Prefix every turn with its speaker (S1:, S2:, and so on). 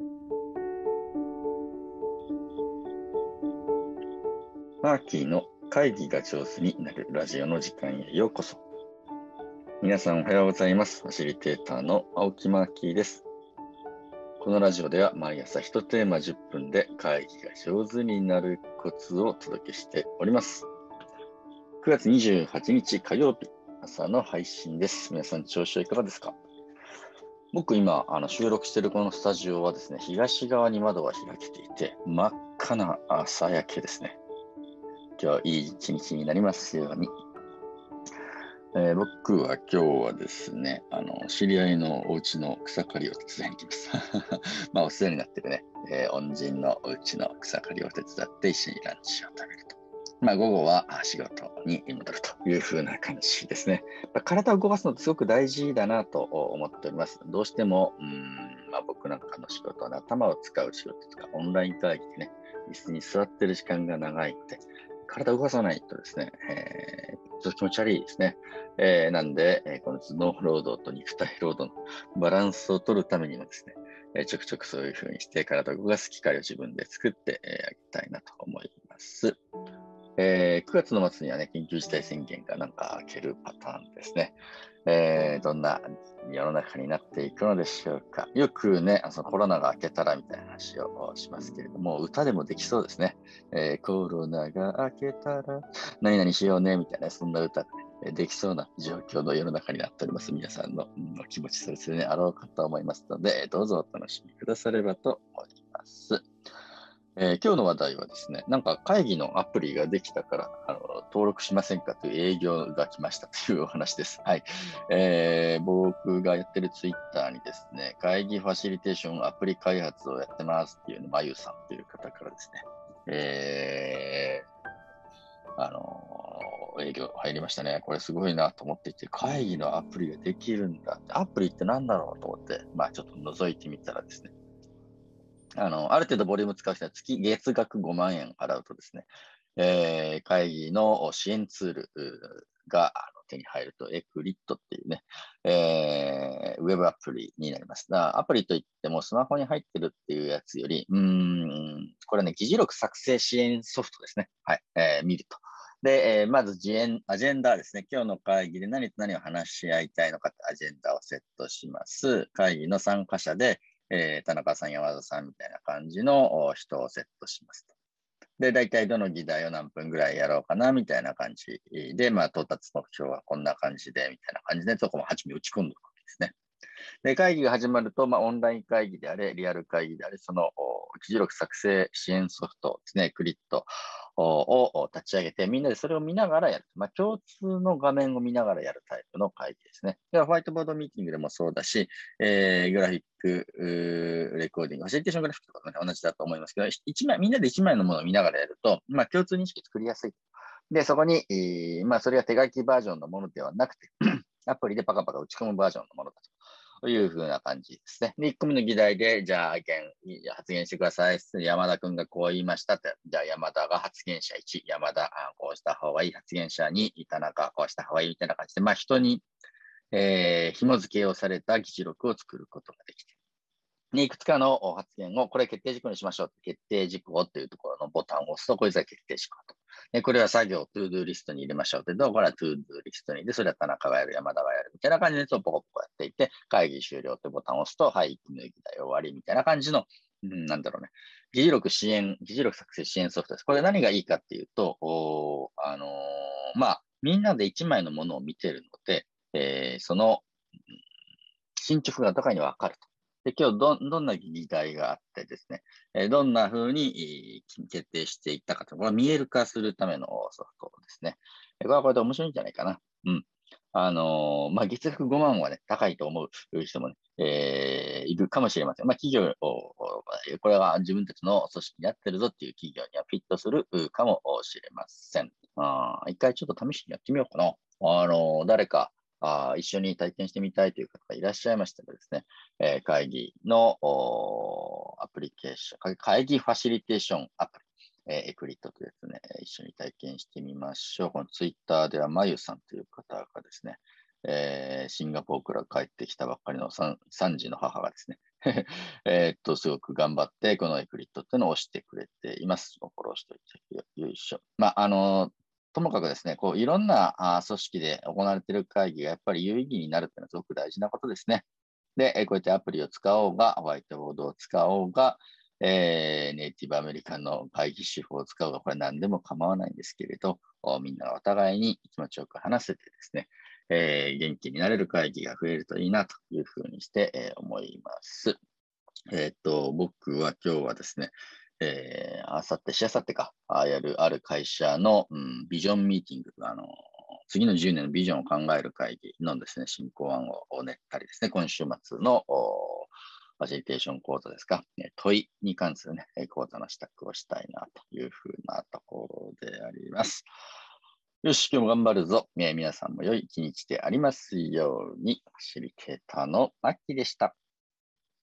S1: マーキーの会議が上手になるラジオの時間へようこそ。皆さんおはようございます。ファシリテーターの青木マーキーです。このラジオでは毎朝1テーマ10分で会議が上手になるコツをお届けしております。9月28日火曜日朝の配信です。皆さん調子はいかがですか？僕今収録しているこのスタジオはですね、東側に窓が開けていて真っ赤な朝焼けですね。今日はいい一日になりますように。僕は今日はですね、知り合いのお家の草刈りを手伝いに行きます。まあ、お世話になってるね、恩人のお家の草刈りを手伝って一緒にランチを食べると。まあ、午後は仕事に戻るという風な感じですね。体を動かすのってすごく大事だなと思っております。どうしても、僕なんかの仕事は頭を使う仕事とか、オンライン会議でね、椅子に座ってる時間が長いので、体を動かさないとですね、ちょっと気持ち悪いですね。なんで、この頭脳労働と肉体労働のバランスを取るためにもですね、ちょくちょくそういう風にして体を動かす機会を自分で作ってあげたいなと思います。9月の末にはね、緊急事態宣言がなんか明けるパターンですね。どんな世の中になっていくのでしょうか。よくね、コロナが明けたらみたいな話をしますけれども、歌でもできそうですね。コロナが明けたら何々しようねみたいな、そんな歌がね、できそうな状況の世の中になっております。皆さんのお気持ち、それぞれね、あろうかと思いますので、どうぞお楽しみくださればと思います。今日の話題はですね、なんか会議のアプリができたから、登録しませんかという営業が来ましたというお話です。はい。僕がやってるツイッターにですね、会議ファシリテーションアプリ開発をやってますっていうの、まゆさんっていう方からですね、営業入りましたね。これすごいなと思っていて、会議のアプリができるんだって、アプリって何だろうと思って、まあちょっと覗いてみたらですね、ある程度ボリューム使う人は月額5万円払うとですね、会議の支援ツールが手に入ると、エクリットっていうね、ウェブアプリになります。アプリといってもスマホに入ってるっていうやつより、これはね、議事録作成支援ソフトですね。はい、見ると。で、まずアジェンダですね。今日の会議で何と何を話し合いたいのかってアジェンダをセットします。会議の参加者で、田中さん、山田さんみたいな感じの人をセットしますと。で、大体どの議題を何分ぐらいやろうかな、みたいな感じで、まあ、到達目標はこんな感じで、みたいな感じで、そこも初め打ち込んでるわけですね。で、会議が始まると、まあ、オンライン会議であれ、リアル会議であれ、その議事録作成支援ソフトですね、クリットを立ち上げて、みんなでそれを見ながらやる。まあ、共通の画面を見ながらやるタイプの会議ですね。でホワイトボードミーティングでもそうだし、グラフィックレコーディング、ファシリテーショングラフィックとかも、ね、同じだと思いますけど、みんなで一枚のものを見ながらやると、まあ、共通認識作りやすい。で、そこに、まあ、それは手書きバージョンのものではなくて、アプリでパカパカ打ち込むバージョンのものだというふうな感じですね。で、1個目の議題で、じゃあ、発言してください。山田君がこう言いましたって。じゃあ、山田が発言者1、山田、こうした方がいい発言者2、田中、こうした方がいいみたいな感じで、まあ、人に、紐付けをされた議事録を作ることができていくつかの発言を、これ決定事項にしましょう。決定事項というところのボタンを押すと、これが決定事項と。これは作業、トゥードゥーリストに入れましょう。で、これはトゥードゥーリストに。で、それは田中がやる、山田がやる。みたいな感じで、ポコポコやっていて、会議終了というボタンを押すと、はい、議題終わりみたいな感じの、なんだろうね。議事録作成支援ソフトです。これ何がいいかっていうと、まあ、みんなで一枚のものを見てるので、その、進捗が高いにわかると。で、今日どんな議題があってですね、どんな風に決定していったかと、これは見える化するためのソフトですね。これはこれで面白いんじゃないかな。うん。まあ、月額5万はね、高いと思う人もね、いるかもしれません。まあ、企業を、これは自分たちの組織にやってるぞっていう企業にはフィットするかもしれません。一回ちょっと試しにやってみようかな。誰か、一緒に体験してみたいという方がいらっしゃいましたらですね、会議のアプリケーション、会議ファシリテーションアプリ、エクリットというですね、一緒に体験してみましょう。このツイッターではまゆさんという方がですね、シンガポールから帰ってきたばっかりの3児の母がですね、 すごく頑張って、このエクリットっていうのを押してくれています。フォローしておいて、よいしょ。ともかくですね、こう、いろんな組織で行われている会議がやっぱり有意義になるっていうのはすごく大事なことですね。で、こうやってアプリを使おうが、ホワイトボードを使おうが、ネイティブアメリカンの会議手法を使おうが、これ何でも構わないんですけれど、みんながお互いに気持ちよく話せてですね、元気になれる会議が増えるといいなというふうにして、思います。僕は今日はですね、あさって、しあさってか、やるある会社の、ビジョンミーティング、次の10年のビジョンを考える会議のですね、進行案を練ったりですね、今週末のファシリテーション講座ですか、問いに関するね、講座の支度をしたいなというふうなところであります。よし、今日も頑張るぞ。皆さんも良い一日でありますように、ファシリテーターのマッキーでした。